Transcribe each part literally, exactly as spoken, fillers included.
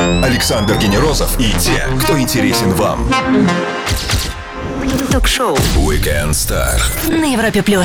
Александр Генерозов и те, кто интересен вам. Ток-шоу Weekend Star на Европе плюс.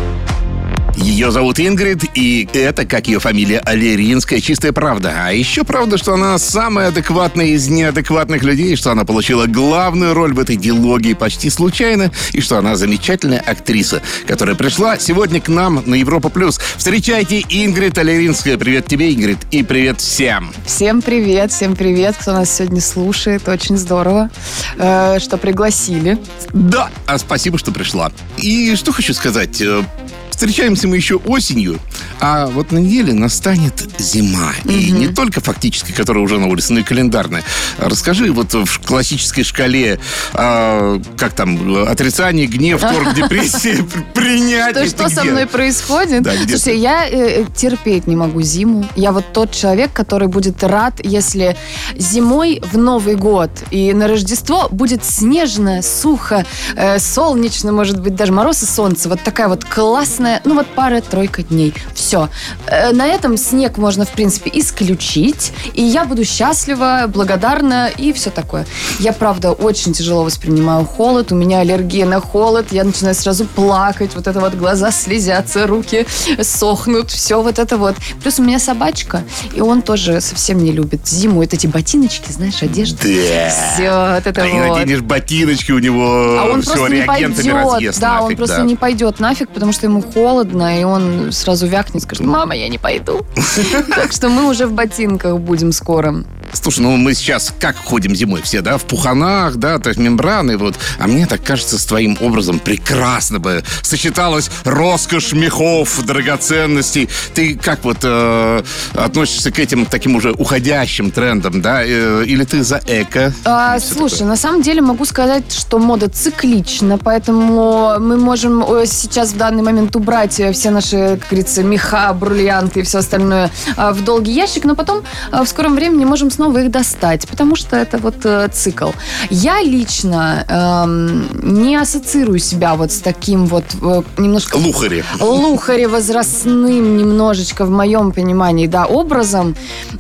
Ее зовут Ингрид, и это, как ее фамилия, Аллеринская, чистая правда. А еще правда, что она самая адекватная из неадекватных людей, что она получила главную роль в этой дилогии почти случайно, и что она замечательная актриса, которая пришла сегодня к нам на Европа плюс. Встречайте, Ингрид Аллеринская. Привет тебе, Ингрид, и привет всем. Всем привет, всем привет, кто нас сегодня слушает. Очень здорово, э, что пригласили. Да, а спасибо, что пришла. И что хочу сказать... Встречаемся мы еще осенью, а вот на неделе настанет зима. Mm-hmm. И не только фактически, которая уже на улице, но и календарная. Расскажи, вот в классической шкале, а, как там, отрицание, гнев, торг, депрессия, принятие. Что со мной происходит? Слушай, я терпеть не могу зиму. Я вот тот человек, который будет рад, если зимой в Новый год и на Рождество будет снежно, сухо, солнечно, может быть, даже мороз и солнце. Вот такая вот классная, ну вот пара-тройка дней. Все. На этом снег можно, в принципе, исключить. И я буду счастлива, благодарна и все такое. Я, правда, очень тяжело воспринимаю холод. У меня аллергия на холод. Я начинаю сразу плакать. Вот это вот глаза слезятся, руки сохнут. Все вот это вот. Плюс у меня собачка. И он тоже совсем не любит зиму. Это эти ботиночки, знаешь, одежда. Да. Все вот это а вот. А наденешь ботиночки, у него а он все просто реагентами не пойдет. разъест. Да, нафиг, он просто да. не пойдет нафиг, потому что ему холодно, и он сразу вякнет, скажет: мама, я не пойду. Так что мы уже в ботинках будем скоро. Слушай, ну мы сейчас как ходим зимой все, да? В пуханах, да, то есть мембраны, вот. А мне так кажется, с твоим образом прекрасно бы сочеталась роскошь мехов, драгоценностей. Ты как вот э, относишься к этим таким уже уходящим трендам, да? Э, или ты за эко? А, слушай, такое? На самом деле могу сказать, что мода циклична, поэтому мы можем сейчас в данный момент убрать все наши, как говорится, меха, бриллианты и все остальное в долгий ящик, но потом в скором времени можем снова их достать, потому что это вот э, цикл. Я лично э, не ассоциирую себя вот с таким вот э, немножко... Лухари. Лухари возрастным немножечко, в моем понимании, да, образом.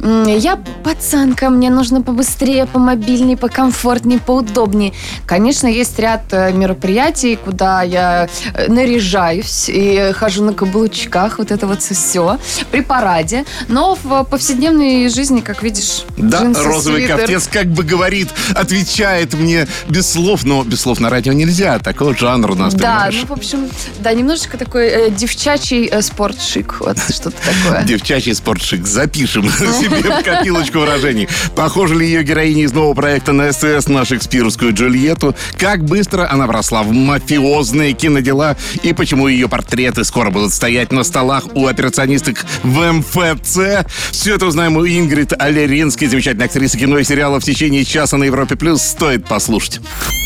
Я пацанка, мне нужно побыстрее, помобильнее, покомфортнее, поудобнее. Конечно, есть ряд мероприятий, куда я наряжаюсь и хожу на каблучках, вот это вот все, при параде. Но в повседневной жизни, как видишь, да, джинсы, розовый свитер. Ковтец как бы говорит, отвечает мне без слов, но без слов на радио нельзя. Такой жанр у нас, да, понимаешь? ну, в общем, да, немножечко такой э, девчачий э, спортшик, вот что-то такое. Девчачий спортшик. Запишем себе в копилочку выражений. Похожа ли ее героиня из нового проекта на СТС на шекспировскую Джульетту? Как быстро она вросла в мафиозные кинодела? И почему ее портреты скоро будут стоять на столах у операционисток в эм эф цэ? Все это узнаем у Ингрид Аллеринской, замечательной актрисы кино и сериала, в течение часа на Европе плюс. Стоит послушать.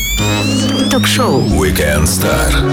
Ток-шоу Weekend Star.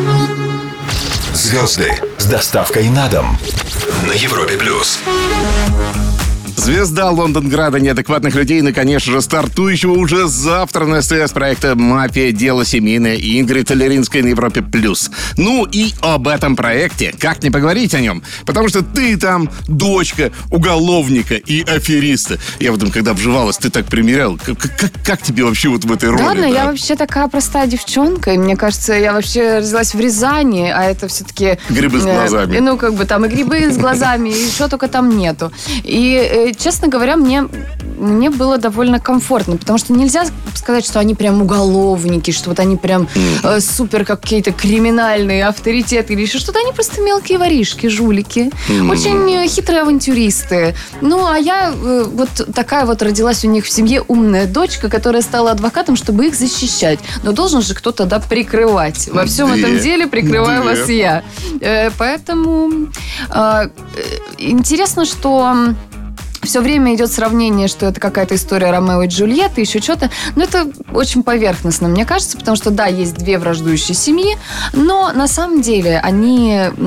Звезды с доставкой на дом на Европе плюс. Звезда Лондонграда неадекватных людей, ну, конечно же, стартующего уже завтра на СТС проекта «Мафия. Дело семейное» и Ингрид Аллеринская на Европе+. Ну и об этом проекте, как не поговорить о нем, потому что ты там дочка уголовника и афериста. Я вот, когда вживалась, ты так примерял. Как, как, как тебе вообще вот в этой роли? Ладно, да? я вообще такая простая девчонка, и мне кажется, я вообще родилась в Рязани, а это все-таки... Грибы с глазами. Э, ну, как бы там и грибы с глазами, и что только там нету. И, честно говоря, мне, мне было довольно комфортно, потому что нельзя сказать, что они прям уголовники, что вот они прям э, супер какие-то криминальные авторитеты или еще что-то. Они просто мелкие воришки, жулики, mm. очень хитрые авантюристы. Ну, а я э, вот такая вот родилась у них в семье умная дочка, которая стала адвокатом, чтобы их защищать. Но должен же кто-то, да, прикрывать. Во всем да. этом деле прикрываю да. вас я. Э, поэтому э, интересно, что... Все время идет сравнение, что это какая-то история Ромео и Джульетты, еще что-то. Но это очень поверхностно, мне кажется, потому что, да, есть две враждующие семьи, но на самом деле они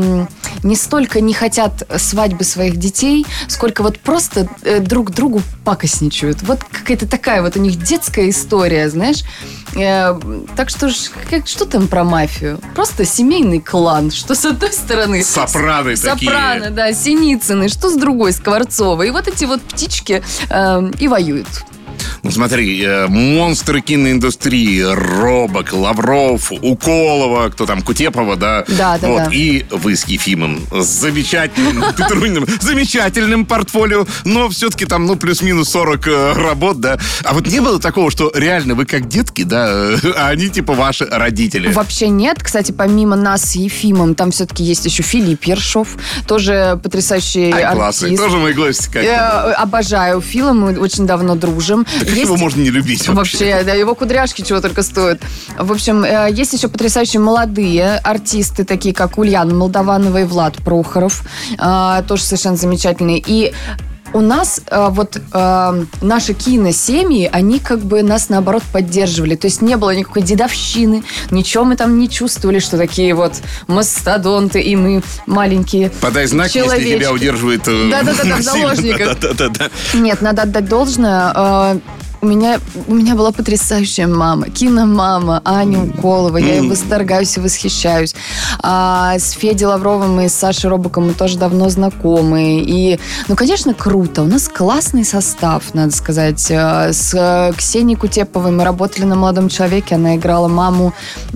не столько не хотят свадьбы своих детей, сколько вот просто э, друг другу пакостничают. Вот какая-то такая вот у них детская история, знаешь. Э, так что ж, как, что там про мафию? Просто семейный клан. Что с одной стороны... Сопраны с, такие. Сопрано, да, Синицыны. Что с другой, Скворцова. И вот эти вот птички э, и воюют. Ну, смотри, э, монстры киноиндустрии, Робок, Лавров, Уколова, кто там, Кутепова, да? Да, да, вот. да. И вы с Ефимом с замечательным, замечательным портфолио, но все-таки там, ну, плюс-минус сорок работ, да? А вот не было такого, что реально вы как детки, да, а они типа ваши родители? Вообще нет. Кстати, помимо нас с Ефимом, там все-таки есть еще Филипп Ершов, тоже потрясающий Ай, артист. классный, тоже мои гости. Я обожаю Фила, мы очень давно дружим. Так есть... его можно не любить вообще. Вообще, да, его кудряшки чего только стоят. В общем, есть еще потрясающие молодые артисты, такие как Ульяна Молдаванова и Влад Прохоров. Тоже совершенно замечательные. И у нас э, вот э, наши киносемьи, они как бы нас, наоборот, поддерживали. То есть не было никакой дедовщины, ничего мы там не чувствовали, что такие вот мастодонты, и мы маленькие Подай знак, человечки. Если тебя удерживает э, Да-да-да, в заложниках. Да-да-да. Нет, надо отдать должное. Э, У меня, у меня была потрясающая мама, киномама Аня Уколова. Я ей восторгаюсь и восхищаюсь. А с Федей Лавровым и с Сашей Робоком мы тоже давно знакомы. И, ну, конечно, круто. У нас классный состав, надо сказать. С Ксенией Кутеповой мы работали на «Молодом человеке». Она играла маму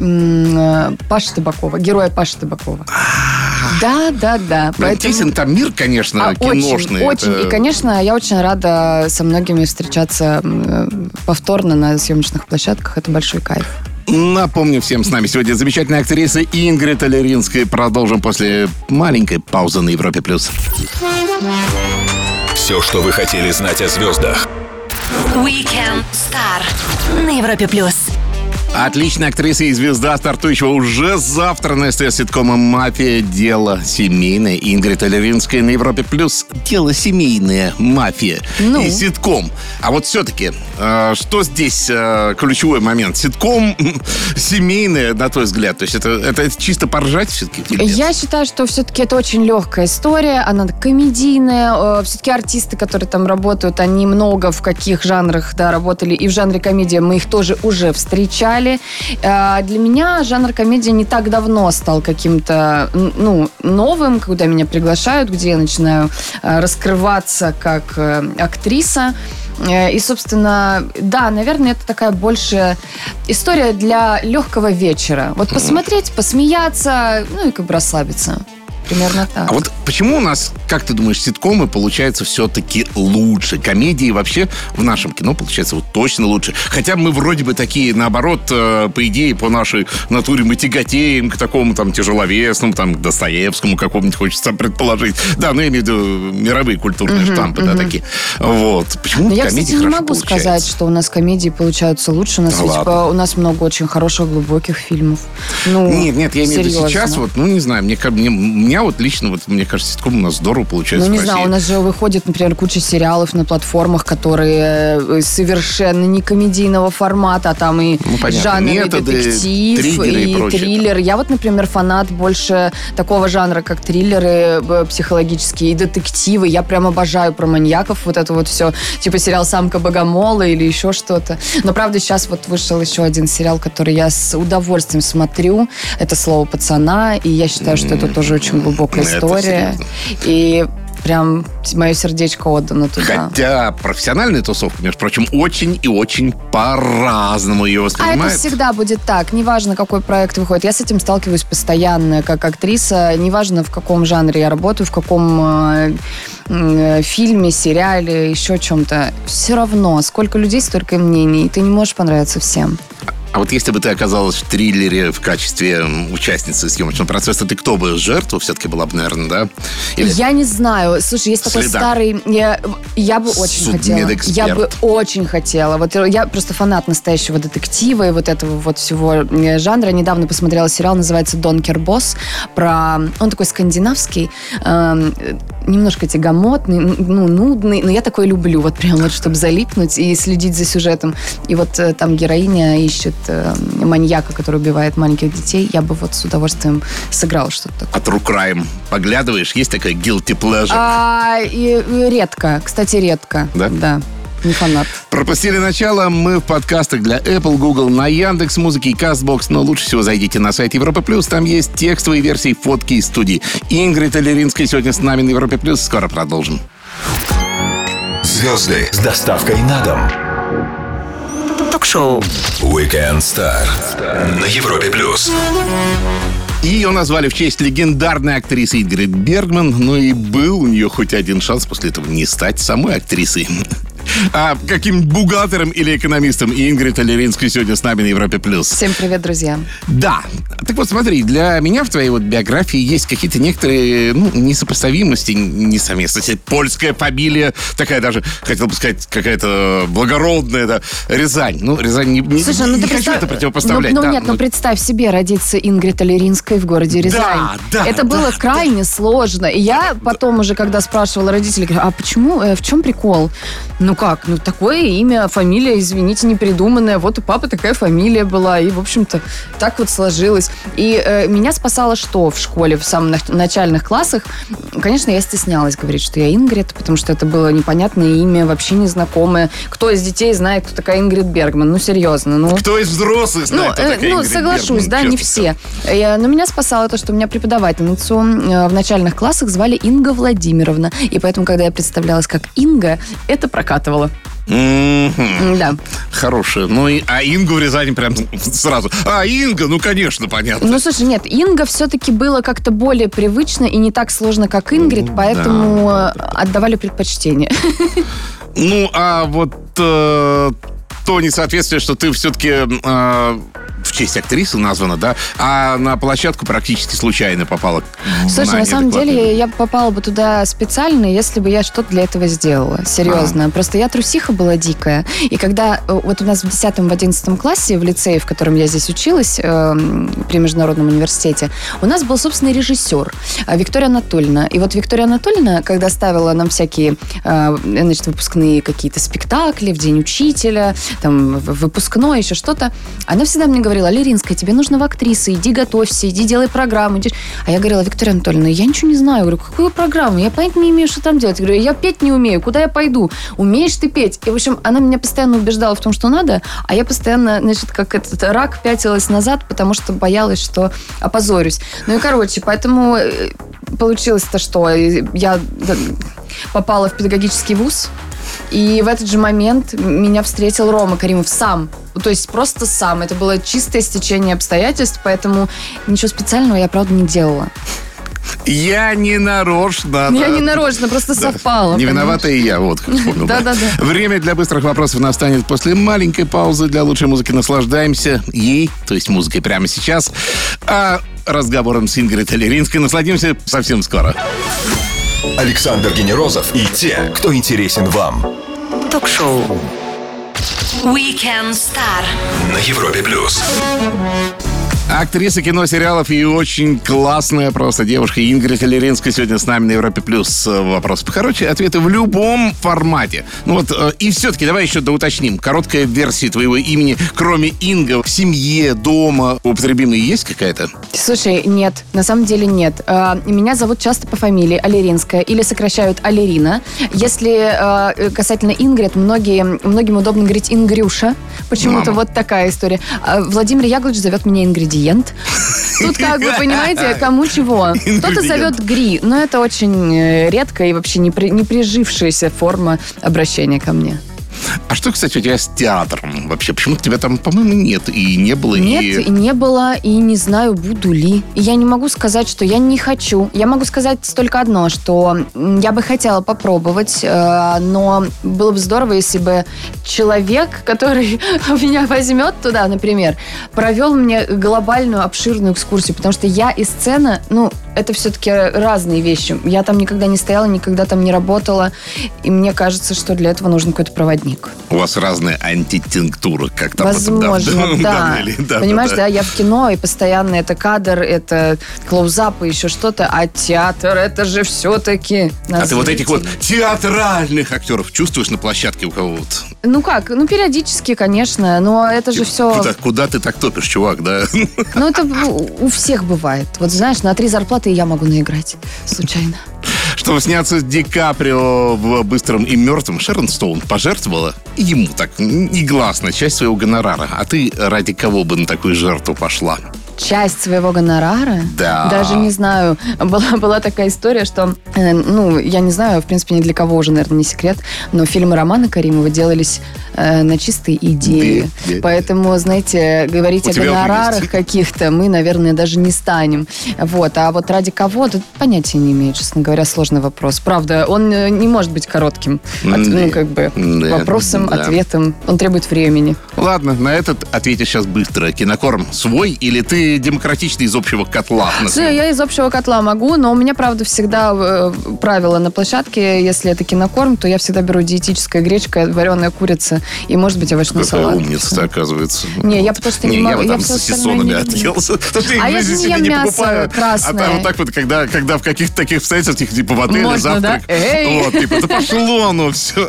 Паши Табакова, героя Паши Табакова. Да, да, да. Поэтому... Тесен там мир, конечно, а, киношный. Очень, это... очень. И, конечно, я очень рада со многими встречаться повторно на съемочных площадках. Это большой кайф. Напомню всем, с нами сегодня замечательная актриса Ингрид Аллеринская. Продолжим после маленькой паузы на Европе+. плюс. Все, что вы хотели знать о звездах. Weekend Star на Европе+. плюс. Отличная актриса и звезда, стартующего уже завтра на СТС ситкома «Мафия. Дело семейное». Ингрид Аллеринская на Европе+. плюс. Дело семейное. Мафия. Ну. И ситком. А вот все-таки, э, что здесь э, ключевой момент? Ситком семейное, на твой взгляд? То есть это, это чисто поржать все-таки? Я считаю, что все-таки это очень легкая история. Она комедийная. Все-таки артисты, которые там работают, они много в каких жанрах, да, работали. И в жанре комедия мы их тоже уже встречали. Для меня жанр комедии не так давно стал каким-то, ну, новым, когда меня приглашают, где я начинаю раскрываться как актриса. И, собственно, да, наверное, это такая больше история для легкого вечера. Вот посмотреть, посмеяться, ну и как бы расслабиться. Примерно так. А вот почему у нас, как ты думаешь, ситкомы получаются все-таки лучше? Комедии вообще в нашем кино получается вот точно лучше. Хотя мы вроде бы такие, наоборот, по идее, по нашей натуре мы тяготеем к такому там тяжеловесному, там, к Достоевскому какому-нибудь, хочется предположить. Да, ну я имею в виду мировые культурные uh-huh, штампы, uh-huh. да, такие. Вот. Почему Но в я, комедии кстати, не могу получается? сказать, что у нас комедии получаются лучше. У нас, да ведь, ладно. у нас много очень хороших, глубоких фильмов. Ну, нет, нет, я имею в виду серьезно. сейчас, вот, ну, не знаю, мне, мне, у меня вот лично, вот, мне кажется, ситком у нас здорово получается. Ну, не в знаю, России. у нас же выходит, например, куча сериалов на платформах, которые совершенно не комедийного формата, а там и ну, жанр, методы, и детектив, и, и триллер. Я вот, например, фанат больше такого жанра, как триллеры психологические и детективы. Я прям обожаю про маньяков вот это вот все. Типа сериал «Самка богомола» или еще что-то. Но, правда, сейчас вот вышел еще один сериал, который я с удовольствием смотрю. Это «Слово пацана», и я считаю, что это тоже очень глубокая Это история. серьезно. И прям мое сердечко отдано туда. Хотя профессиональная тусовка, между прочим, очень и очень по-разному ее А воспринимает. это всегда будет так. Неважно, какой проект выходит. Я с этим сталкиваюсь постоянно, как актриса. Неважно, в каком жанре я работаю, в каком э, э, фильме, сериале, еще чем-то. Все равно, сколько людей, столько и мнений. И ты не можешь понравиться всем. А вот если бы ты оказалась в триллере в качестве участницы съемочного процесса, ты кто бы? Жертва все-таки была бы, наверное, да? Или... Я не знаю. Слушай, есть такой Следак. старый... Я, я бы очень хотела. Я бы очень хотела. Вот я просто фанат настоящего детектива и вот этого вот всего жанра. Недавно посмотрела сериал, называется «Донкер Босс». Про... Он такой скандинавский. немножко тягомотный, ну, нудный, но я такое люблю, вот прям вот, чтобы залипнуть и следить за сюжетом. И вот э, там героиня ищет э, маньяка, который убивает маленьких детей. Я бы вот с удовольствием сыграла что-то такое. А True Crime поглядываешь? Есть такая guilty pleasure? А, и, и редко, кстати, редко. Да? Да. Не фанат. Пропустили начало. Мы в подкастах для Apple, Google, на Яндекс.Музыке и Castbox. Но лучше всего зайдите на сайт Европа Плюс. Там есть текстовые версии, фотки из студии. Ингрид Аллеринская сегодня с нами на Европе Плюс. Скоро продолжим. Звезды с доставкой на дом. Ток-шоу Weekend Star на Европе Плюс. Ее назвали в честь легендарной актрисы Ингрид Бергман. Но и был у нее хоть один шанс после этого не стать самой актрисой. А каким бухгалтером или экономистом? И Ингрид Аллеринская сегодня с нами на Европе Плюс. Всем привет, друзья. Да. Так вот, смотри, для меня в твоей вот биографии есть какие-то некоторые, ну, несопоставимости, несовместности. Польская фамилия, такая даже, хотел бы сказать, какая-то благородная, да, Рязань. Ну, Рязань не, не, Слушай, ну, не ты хочу представь... это противопоставлять. Ну, да, ну нет, но... ну представь себе родиться Ингрид Аллеринской в городе Рязань. Да, да, это да, было да, крайне сложно. И я потом уже, когда спрашивала родителей, говорю, а почему, э, в чем прикол? Ну как, ну такое имя, фамилия, извините, не придуманная. Вот у папы такая фамилия была. И, в общем-то, так вот сложилось. И э, меня спасало что в школе, в самых начальных классах? Конечно, я стеснялась говорить, что я Ингрид, потому что это было непонятное имя, вообще незнакомое. Кто из детей знает, кто такая Ингрид Бергман? Ну, серьезно. Ну, кто из взрослых знает, ну, кто такая ну, Ингрид соглашусь, Бергман? да, не все. Я, но меня спасало то, что у меня преподавательницу э, в начальных классах звали Инга Владимировна. И поэтому, когда я представлялась как Инга, это прокатывало. Mm-hmm. Да. Хорошая. Ну, и, а Ингу в Рязани прям сразу. А, Инга, ну, конечно, понятно. Ну, слушай, нет, Инга все-таки было как-то более привычно и не так сложно, как Ингрид, Mm, поэтому да. отдавали предпочтение. Ну, а вот э, то несоответствие, что ты все-таки э, в честь актрисы названа, да, а на площадку практически случайно попала. Слушай, на, на самом деле я попала бы туда специально, если бы я что-то для этого сделала. Серьезно. А. Просто я трусиха была дикая. И когда вот у нас в десятом, в одиннадцатом классе в лицее, в котором я здесь училась, э, при Международном университете, у нас был собственный режиссер Виктория Анатольевна. И вот Виктория Анатольевна, когда ставила нам всякие э, значит, выпускные какие-то спектакли в День учителя, там, выпускной, еще что-то, она всегда мне говорила: Аллеринская, тебе нужно в актрисы, иди готовься, иди делай программу. Иди. А я говорила: Виктория Анатольевна, я ничего не знаю. Я говорю, какую программу? Я понятия не имею, что там делать. Я говорю, я петь не умею, куда я пойду? Умеешь ты петь? И, в общем, она меня постоянно убеждала в том, что надо, а я постоянно, значит, как этот рак пятилась назад, потому что боялась, что опозорюсь. Ну и, короче, поэтому получилось то, что я попала в педагогический вуз, и в этот же момент меня встретил Рома Каримов сам. То есть просто сам. Это было чистое стечение обстоятельств, поэтому ничего специального я, правда, не делала. Я не нарочно. Я не нарочно, просто да. совпало. Не виновата и я, вот как вспомнил. Да-да-да. Время для быстрых вопросов настанет после маленькой паузы. Для лучшей музыки наслаждаемся ей, то есть музыкой прямо сейчас. А разговором с Ингрид Аллеринской насладимся совсем скоро. Александр Генерозов и те, кто интересен вам. Ток-шоу Weekend Star на Европе Плюс. Актриса кино, сериалов и очень классная просто девушка Ингрид Аллеринская сегодня с нами на Европе Плюс. Вопросы покороче, ответы в любом формате. Ну вот, и все-таки давай еще доуточним. Короткая версия твоего имени, кроме Инга, в семье, дома употребимая есть какая-то? Слушай, нет, на самом деле нет. Меня зовут часто по фамилии Аллеринская или сокращают Аллерина. Если касательно Ингрид, многие, многим удобно говорить Ингрюша. Почему-то Мама. Вот такая история. Владимир Яковлевич зовет меня Ингредиент. Тут, как вы понимаете, кому чего. Кто-то зовет Гри, но это очень редко и вообще не, при, не прижившаяся форма обращения ко мне. А что, кстати, у тебя с театром вообще? Почему-то тебя там, по-моему, нет и не было. Нет, и... и не было, и не знаю, буду ли. И я не могу сказать, что я не хочу. Я могу сказать только одно, что я бы хотела попробовать, но было бы здорово, если бы человек, который меня возьмет туда, например, провел мне глобальную, обширную экскурсию, потому что я и сцена, ну, это все-таки разные вещи. Я там никогда не стояла, никогда там не работала, и мне кажется, что для этого нужен какой-то проводник. мозг. У вас разные антитинктуры, как там. Возможно, да. да. Понимаешь, да, да, я в кино, и постоянно это кадр, это клоузап и еще что-то, а театр, это же все-таки... А ты вот этих вот театральных актеров чувствуешь на площадке у кого-то? Ну как, ну периодически, конечно, но это же все... Куда, куда ты так топишь, чувак, да? Ну это у всех бывает. Вот знаешь, на три зарплаты я могу наиграть случайно. Чтобы сняться с Ди Каприо в «Быстром и мертвом», Шерон Стоун пожертвовала ему так негласно часть своего гонорара. А ты ради кого бы на такую жертву пошла? Часть своего гонорара? Да. Даже не знаю. Была, была такая история, что, э, ну, я не знаю, в принципе, ни для кого уже, наверное, не секрет, но фильмы Романа Каримова делались э, на чистой идее. Да, да, Поэтому, знаете, говорить о гонорарах каких-то мы, наверное, даже не станем. Вот. А вот ради кого, да, понятия не имею, честно говоря, сложный вопрос. Правда, он не может быть коротким. От, ну, как бы, да, вопросом, да. ответом. Он требует времени. Ладно, на этот ответишь сейчас быстро. Кинокорм свой или ты демократичный из общего котла? Слушай, я из общего котла могу, но у меня, правда, всегда э, правило на площадке, если это кинокорм, то я всегда беру диетическая гречка, вареная курица и, может быть, овощной Какая салат. умница ты, оказывается. Не, я потому что не, не могу. Я бы там с сосисонами отъелся. А я же не мясо красное. А там вот так вот, когда, когда в каких-то таких обстоятельствах, типа в отеле, можно, завтрак. Да? Эй! Вот, типа, да пошло, ну все.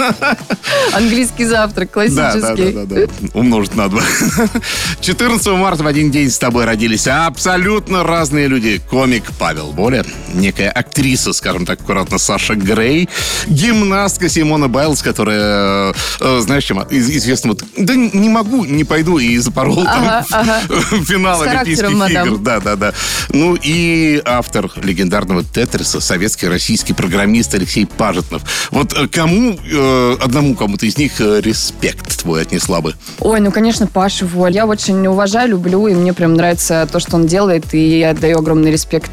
Английский завтрак, классический. Да, да, да, да. Умножить на два. четырнадцатого марта в один день с тобой родились абсолютно разные люди. Комик Павел Воля, некая актриса, скажем так аккуратно, Саша Грей, гимнастка Симона Байлз, которая, э, знаешь, чем известна, вот, да не могу, не пойду, и запорол ага, там ага. финал Олимпийских мадам. игр. Да, да, да. Ну и автор легендарного Тетриса, советский российский программист Алексей Пажетнов. Вот кому, э, одному кому-то из них э, респект твой отнесла бы? Ой, ну, конечно, Паша Воль. Я очень уважаю, люблю, и мне прям нравится то, что он делает, и я отдаю огромный респект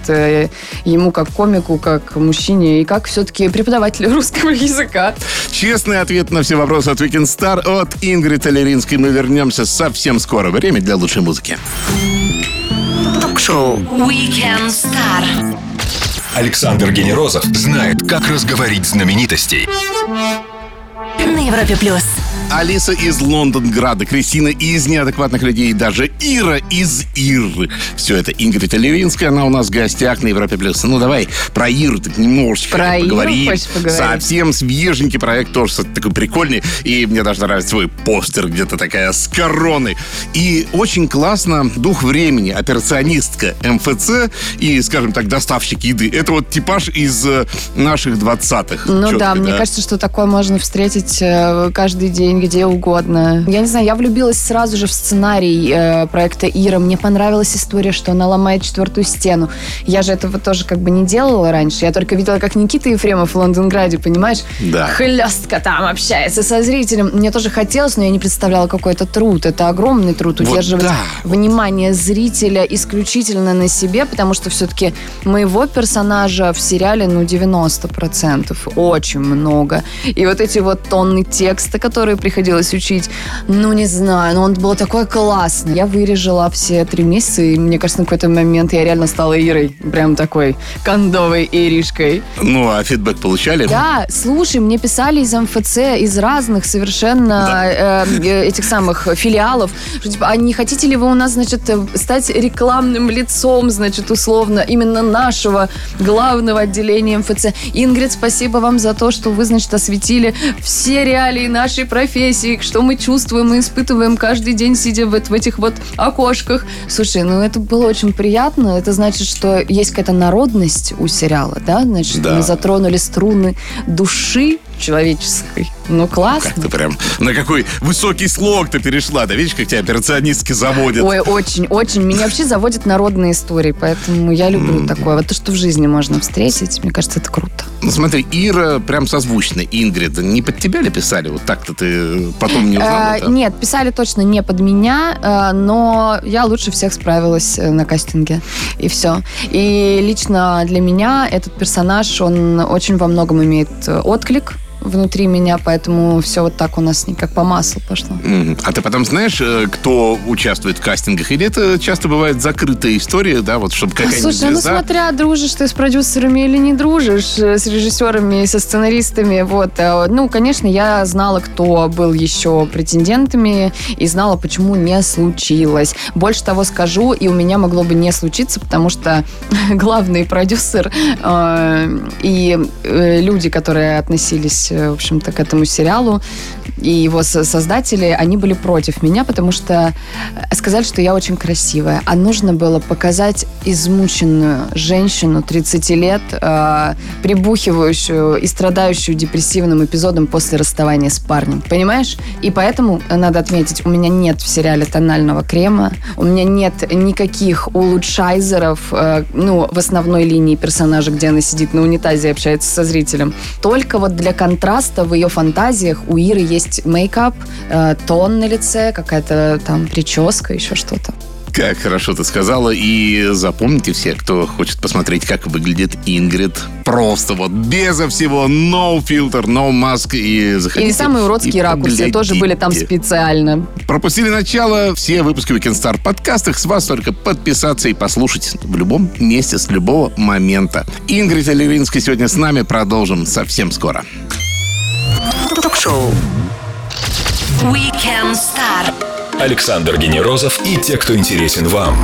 ему как комику, как мужчине, и как все-таки преподавателю русского языка. Честный ответ на все вопросы от Weekend Star от Ингрид Толеринской. Мы вернемся совсем скоро. Время для лучшей музыки. Ток-шоу Weekend Star. Александр Генерозов знает, как разговорить знаменитостей. На Европе Плюс. Алиса из Лондонграда, Кристина из «Неадекватных людей», даже Ира из Иры. Все это Ингрид Толеринская, она у нас в гостях на Европе Плюс. Ну, давай про Иру так немножечко про поговорим. Иру поговорить? Совсем свеженький проект, тоже такой прикольный. И мне даже нравится свой постер, где-то такая с короной. И очень классно дух времени, операционистка эм эф цэ и, скажем так, доставщик еды. Это вот типаж из наших двадцатых. Ну Четко, да, да, мне кажется, что такое можно встретить каждый день, где угодно. Я не знаю, я влюбилась сразу же в сценарий э, проекта Ира. Мне понравилась история, что она ломает четвертую стену. Я же этого тоже как бы не делала раньше. Я только видела, как Никита Ефремов в Лондонграде, понимаешь? Да. Хлестко там общается со зрителем. Мне тоже хотелось, но я не представляла, какой это труд. Это огромный труд удерживать вот да. внимание зрителя исключительно на себе, потому что все-таки моего персонажа в сериале, ну, девяносто процентов. Очень много. И вот эти вот тонны текста, которые приходилось учить, ну, не знаю, но он был такой классный. Я вырежала все три месяца, и мне кажется, на какой-то момент я реально стала Ирой. Прям такой кондовой Иришкой. Ну, а фидбэк получали? Да, слушай, мне писали из эм эф цэ, из разных совершенно да. э, этих самых филиалов, что, типа, а не хотите ли вы у нас, значит, стать рекламным лицом, значит, условно, именно нашего главного отделения эм эф цэ. Ингрид, спасибо вам за то, что вы, значит, осветили все реалии нашей профессии, что мы чувствуем и испытываем каждый день, сидя в, в этих вот окошках. Слушай, ну это было очень приятно. Это значит, что есть какая-то народность у сериала, да? Значит, да. мы затронули струны души человеческой. Ну, классно. Как ты прям на какой высокий слог ты перешла. Да видишь, как тебя операционистки заводят. Ой, очень, очень. Меня вообще заводят народные истории, поэтому я люблю mm. такое. Вот то, что в жизни можно встретить, мне кажется, это круто. Ну, смотри, Ира прям созвучная. Ингрид, не под тебя ли писали? Вот так-то ты потом не узнала? А, нет, писали точно не под меня, но я лучше всех справилась на кастинге. И все. И лично для меня этот персонаж, он очень во многом имеет отклик внутри меня, поэтому все вот так у нас не как по маслу пошло. Mm-hmm. А ты потом знаешь, кто участвует в кастингах? Или это часто бывает закрытая история, да, вот чтобы какая-нибудь Слушай, звезда... ну смотря, дружишь ты с продюсерами или не дружишь, с режиссерами, со сценаристами, вот. Ну, конечно, я знала, кто был еще претендентами, и знала, почему не случилось. Больше того скажу, и у меня могло бы не случиться, потому что главный продюсер э, и э, люди, которые относились, в общем-то, к этому сериалу, и его создатели, они были против меня, потому что сказали, что я очень красивая. А нужно было показать измученную женщину тридцати лет, э, прибухивающую и страдающую депрессивным эпизодом после расставания с парнем. Понимаешь? И поэтому, надо отметить, у меня нет в сериале тонального крема, у меня нет никаких улучшайзеров, э, ну, в основной линии персонажа, где она сидит на унитазе и общается со зрителем. Только вот для контраста в ее фантазиях у Иры есть мейкап, э, тон на лице, какая-то там прическа, еще что-то. Как хорошо ты сказала. И запомните все, кто хочет посмотреть, как выглядит Ингрид. Просто вот безо всего, no filter, no mask. И заходите. И самые уродские и ракурсы тоже были там специально. Пропустили начало. Все выпуски Weekend Star в подкастах. С вас только подписаться и послушать в любом месте, с любого момента. Ингрид Аллеринская сегодня с нами. Продолжим совсем скоро. Ток-шоу Weekend Star. Александр Генерозов и те, кто интересен вам.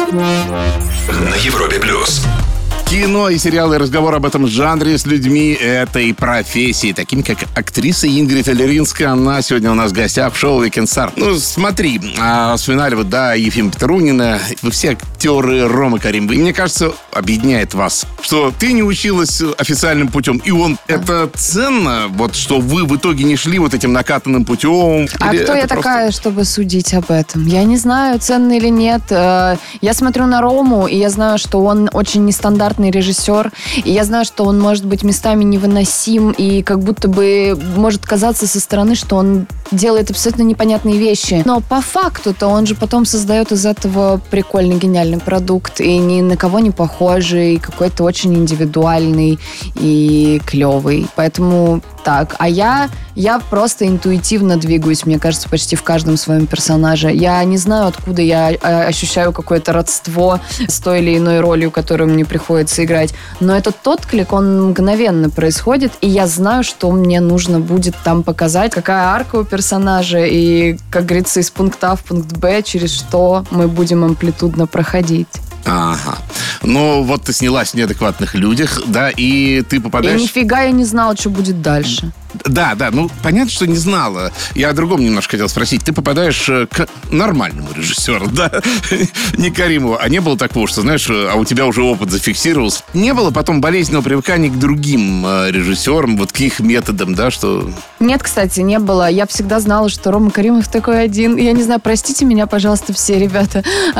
На Европе плюс. Кино и сериалы, разговор об этом жанре с людьми этой профессии, такими как актриса Ингрид Аллеринская. Она сегодня у нас в гостях в шоу Weekend Star. Ну, смотри, а, вспоминали вы, да, Ефима Петрунина. Вы все актеры, Рома Каримова. И мне кажется, объединяет вас, что ты не училась официальным путем, и он... Это ценно, вот, что вы в итоге не шли вот этим накатанным путем. А кто я просто... такая, чтобы судить об этом? Я не знаю, ценно или нет. Я смотрю на Рому, и я знаю, что он очень нестандартный режиссер, и я знаю, что он может быть местами невыносим, и как будто бы может казаться со стороны, что он делает абсолютно непонятные вещи. Но по факту-то он же потом создает из этого прикольный, гениальный продукт, и ни на кого не похожий, какой-то очень индивидуальный и клевый. Поэтому так. А я, я просто интуитивно двигаюсь, мне кажется, почти в каждом своем персонаже. Я не знаю, откуда я ощущаю какое-то родство с той или иной ролью, которую мне приходится играть. Но этот отклик, он мгновенно происходит, и я знаю, что мне нужно будет там показать, какая арка у персонажа, и, как говорится, из пункта А в пункт Б, через что мы будем амплитудно проходить. Ага. Ну, вот ты снялась в «Неадекватных людях», да, и ты попадаешь... И нифига я не знала, что будет дальше. Да, да, ну, понятно, что не знала. Я о другом немножко хотел спросить. Ты попадаешь к нормальному режиссеру, да? Не Каримову. А не было такого, что, знаешь, а у тебя уже опыт зафиксировался? Не было потом болезненного привыкания к другим режиссерам, вот к их методам, да, что... Нет, кстати, не было. Я всегда знала, что Рома Каримов такой один. Я не знаю, простите меня, пожалуйста, все ребята.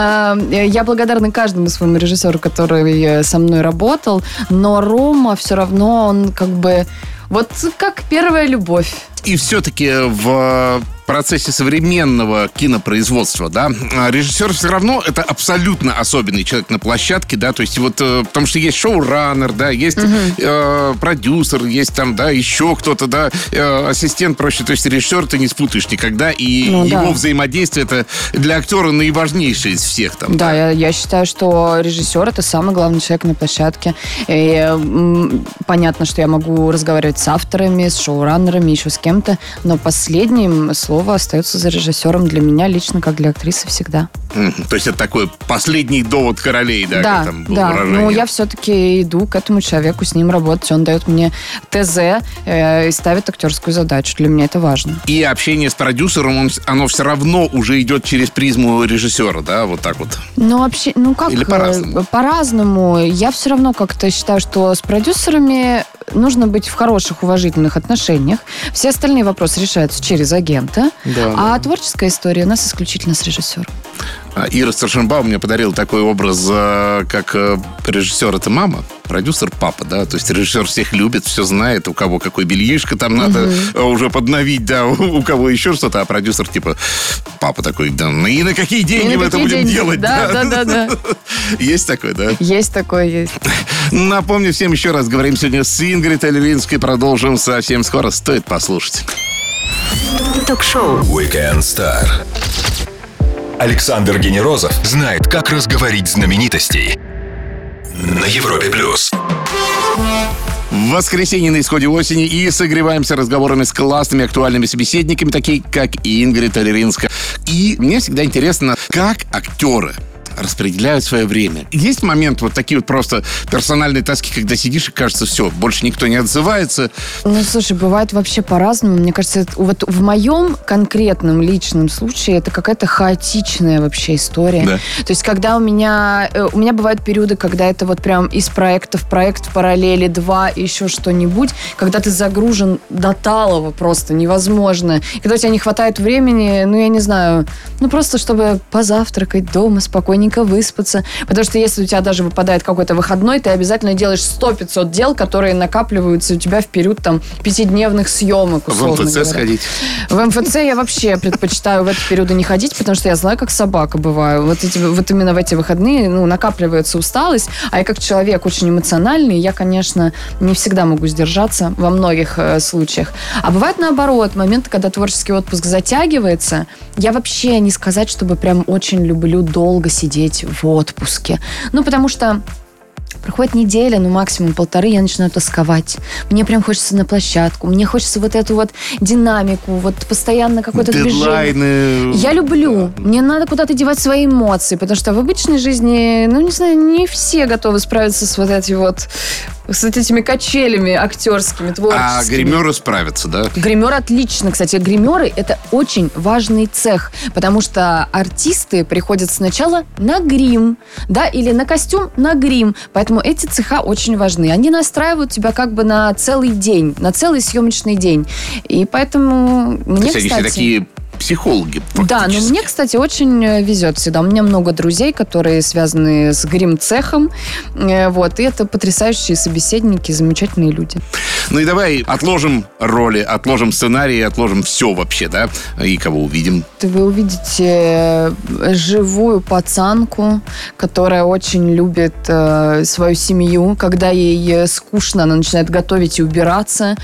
Я благодарна каждому своему режиссеру, который со мной работал, но Рома все равно, он как бы... Вот как первая любовь. И все-таки в процессе современного кинопроизводства, да, режиссер все равно это абсолютно особенный человек на площадке, да, то есть вот, потому что есть шоураннер, да, есть угу. э, продюсер, есть там, да, еще кто-то, да, э, ассистент проще, то есть режиссер ты не спутаешь никогда, и ну, его да. взаимодействие это для актера наиважнейшее из всех там. Да, да. Я, я считаю, что режиссер это самый главный человек на площадке. И, м, понятно, что я могу разговаривать с авторами, с шоураннерами, еще с кем-то, но последним словом Слово остается за режиссером для меня лично, как для актрисы, всегда. Mm-hmm. То есть это такой последний довод королей, да? Да, да. Выражение. Ну, я все-таки иду к этому человеку, с ним работать. Он дает мне ТЗ э, и ставит актерскую задачу. Для меня это важно. И общение с продюсером, он, оно все равно уже идет через призму режиссера, да? Вот так вот. Ну, вообще, ну как? Или по-разному? По-разному. Я все равно как-то считаю, что с продюсерами нужно быть в хороших, уважительных отношениях. Все остальные вопросы решаются через агента. Да, а да. творческая история у нас исключительно с режиссером. Ира Старшенбаум мне подарила такой образ, как режиссер — это мама, продюсер — папа, да, то есть режиссер всех любит, все знает, у кого какой бельишко там надо угу. уже подновить, да, у кого еще что-то, а продюсер типа папа такой, да, ну и на какие деньги мы это будем деньги? делать? Да, да, да, да. Есть такое, да? Есть такое, есть. Напомню всем еще раз, говорим сегодня с Ингрид Аллеринской. Продолжим совсем скоро. Стоит послушать. Ток-шоу Weekend Star. Александр Генерозов знает, как разговорить знаменитостей на Европе плюс. В воскресенье на исходе осени и согреваемся разговорами с классными актуальными собеседниками, такие как Ингрид Аллеринская. И мне всегда интересно, как актеры распределяют свое время. Есть момент вот такие вот просто персональные таски, когда сидишь и кажется, все, больше никто не отзывается. Ну, слушай, бывает вообще по-разному. Мне кажется, это, вот в моем конкретном личном случае это какая-то хаотичная вообще история. Да. То есть, когда у меня... У меня бывают периоды, когда это вот прям из проекта в проект, в параллели два, еще что-нибудь, когда ты загружен до талого просто невозможно. И когда у тебя не хватает времени, ну, я не знаю, ну, просто чтобы позавтракать дома спокойненько, выспаться. Потому что если у тебя даже выпадает какой-то выходной, ты обязательно делаешь сто-пятьсот дел, которые накапливаются у тебя в период там пятидневных съемок, условно В МФЦ говоря. сходить? В МФЦ я вообще предпочитаю в эти периоды не ходить, потому что я злая, как собака бываю. Вот, эти, вот именно в эти выходные ну, накапливается усталость, а я как человек очень эмоциональный, я, конечно, не всегда могу сдержаться во многих э, случаях. А бывает наоборот, моменты, когда творческий отпуск затягивается, я вообще не сказать, чтобы прям очень люблю долго сидеть в отпуске. Ну, потому что проходит неделя, ну, максимум полторы, я начинаю тосковать. Мне прям хочется на площадку. Мне хочется вот эту вот динамику, вот постоянно какое-то Дедлайны. движение. Я люблю. Мне надо куда-то девать свои эмоции, потому что в обычной жизни, ну, не знаю, не все готовы справиться с вот этими вот с этими качелями актерскими, творческими. А гримеры справятся, да? Гример отлично, кстати. Гримеры – это очень важный цех, потому что артисты приходят сначала на грим, да, или на костюм, на грим. Поэтому эти цеха очень важны. Они настраивают тебя как бы на целый день, на целый съемочный день. И поэтому мне, То есть кстати... они все такие психологи. Да, но мне, кстати, очень везет всегда. У меня много друзей, которые связаны с грим-цехом. Вот. И это потрясающие собеседники, замечательные люди. Ну и давай отложим роли, отложим сценарии, отложим все вообще, да? И кого увидим? Вы увидите живую пацанку, которая очень любит э, свою семью. Когда ей скучно, она начинает готовить и убираться.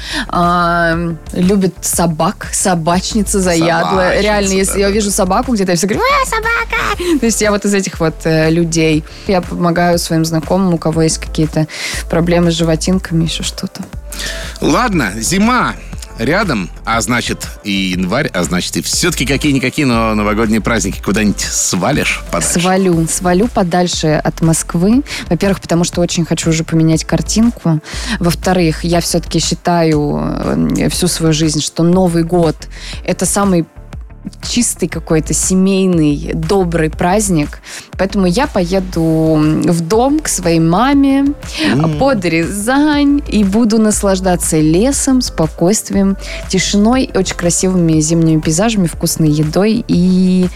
Э, любит собак, собачница заядлая. Реально, если да, я увижу собаку где-то, я все говорю: «А, собака!» То есть я вот из этих вот э, людей. Я помогаю своим знакомым, у кого есть какие-то проблемы с животинками, еще что-то. Ладно, зима рядом, а значит и январь, а значит и все-таки какие-никакие, но новогодние праздники куда-нибудь свалишь подальше? Свалю, свалю подальше от Москвы. Во-первых, потому что очень хочу уже поменять картинку. Во-вторых, я все-таки считаю всю свою жизнь, что Новый год – это самый чистый какой-то семейный, добрый праздник. Поэтому я поеду в дом к своей маме mm. под Рязань и буду наслаждаться лесом, спокойствием, тишиной, очень красивыми зимними пейзажами, вкусной едой и,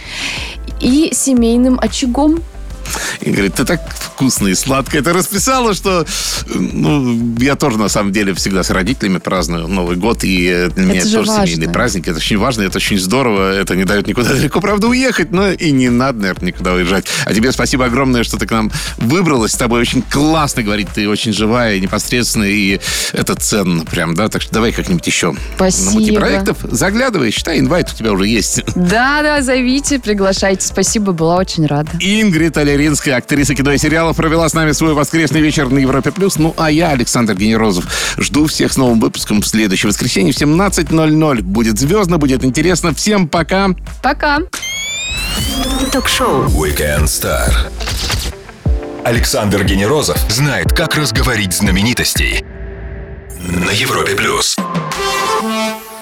и семейным очагом. И говорит: ты так вкусно и сладко это расписала, что ну, я тоже, на самом деле, всегда с родителями праздную Новый год, и для меня это, это тоже важно. Семейный праздник, это очень важно, это очень здорово, это не дает никуда далеко, правда, уехать, но и не надо, наверное, никуда уезжать. А тебе спасибо огромное, что ты к нам выбралась, с тобой очень классно говорить, ты очень живая, непосредственная, и это ценно прям, да, так что давай как-нибудь еще спасибо. На мультипроектов заглядывай, считай, инвайт у тебя уже есть. Да-да, зовите, приглашайте, спасибо, была очень рада. Ингрид Аллеринская, актриса кино и сериалов, провела с нами свой воскресный вечер на Европе плюс. Ну, а я, Александр Генерозов, жду всех с новым выпуском в следующее воскресенье в семнадцать ноль ноль. Будет звездно, будет интересно. Всем пока. Пока. Ток-шоу Weekend Star. Александр Генерозов знает, как разговорить знаменитостей на Европе плюс.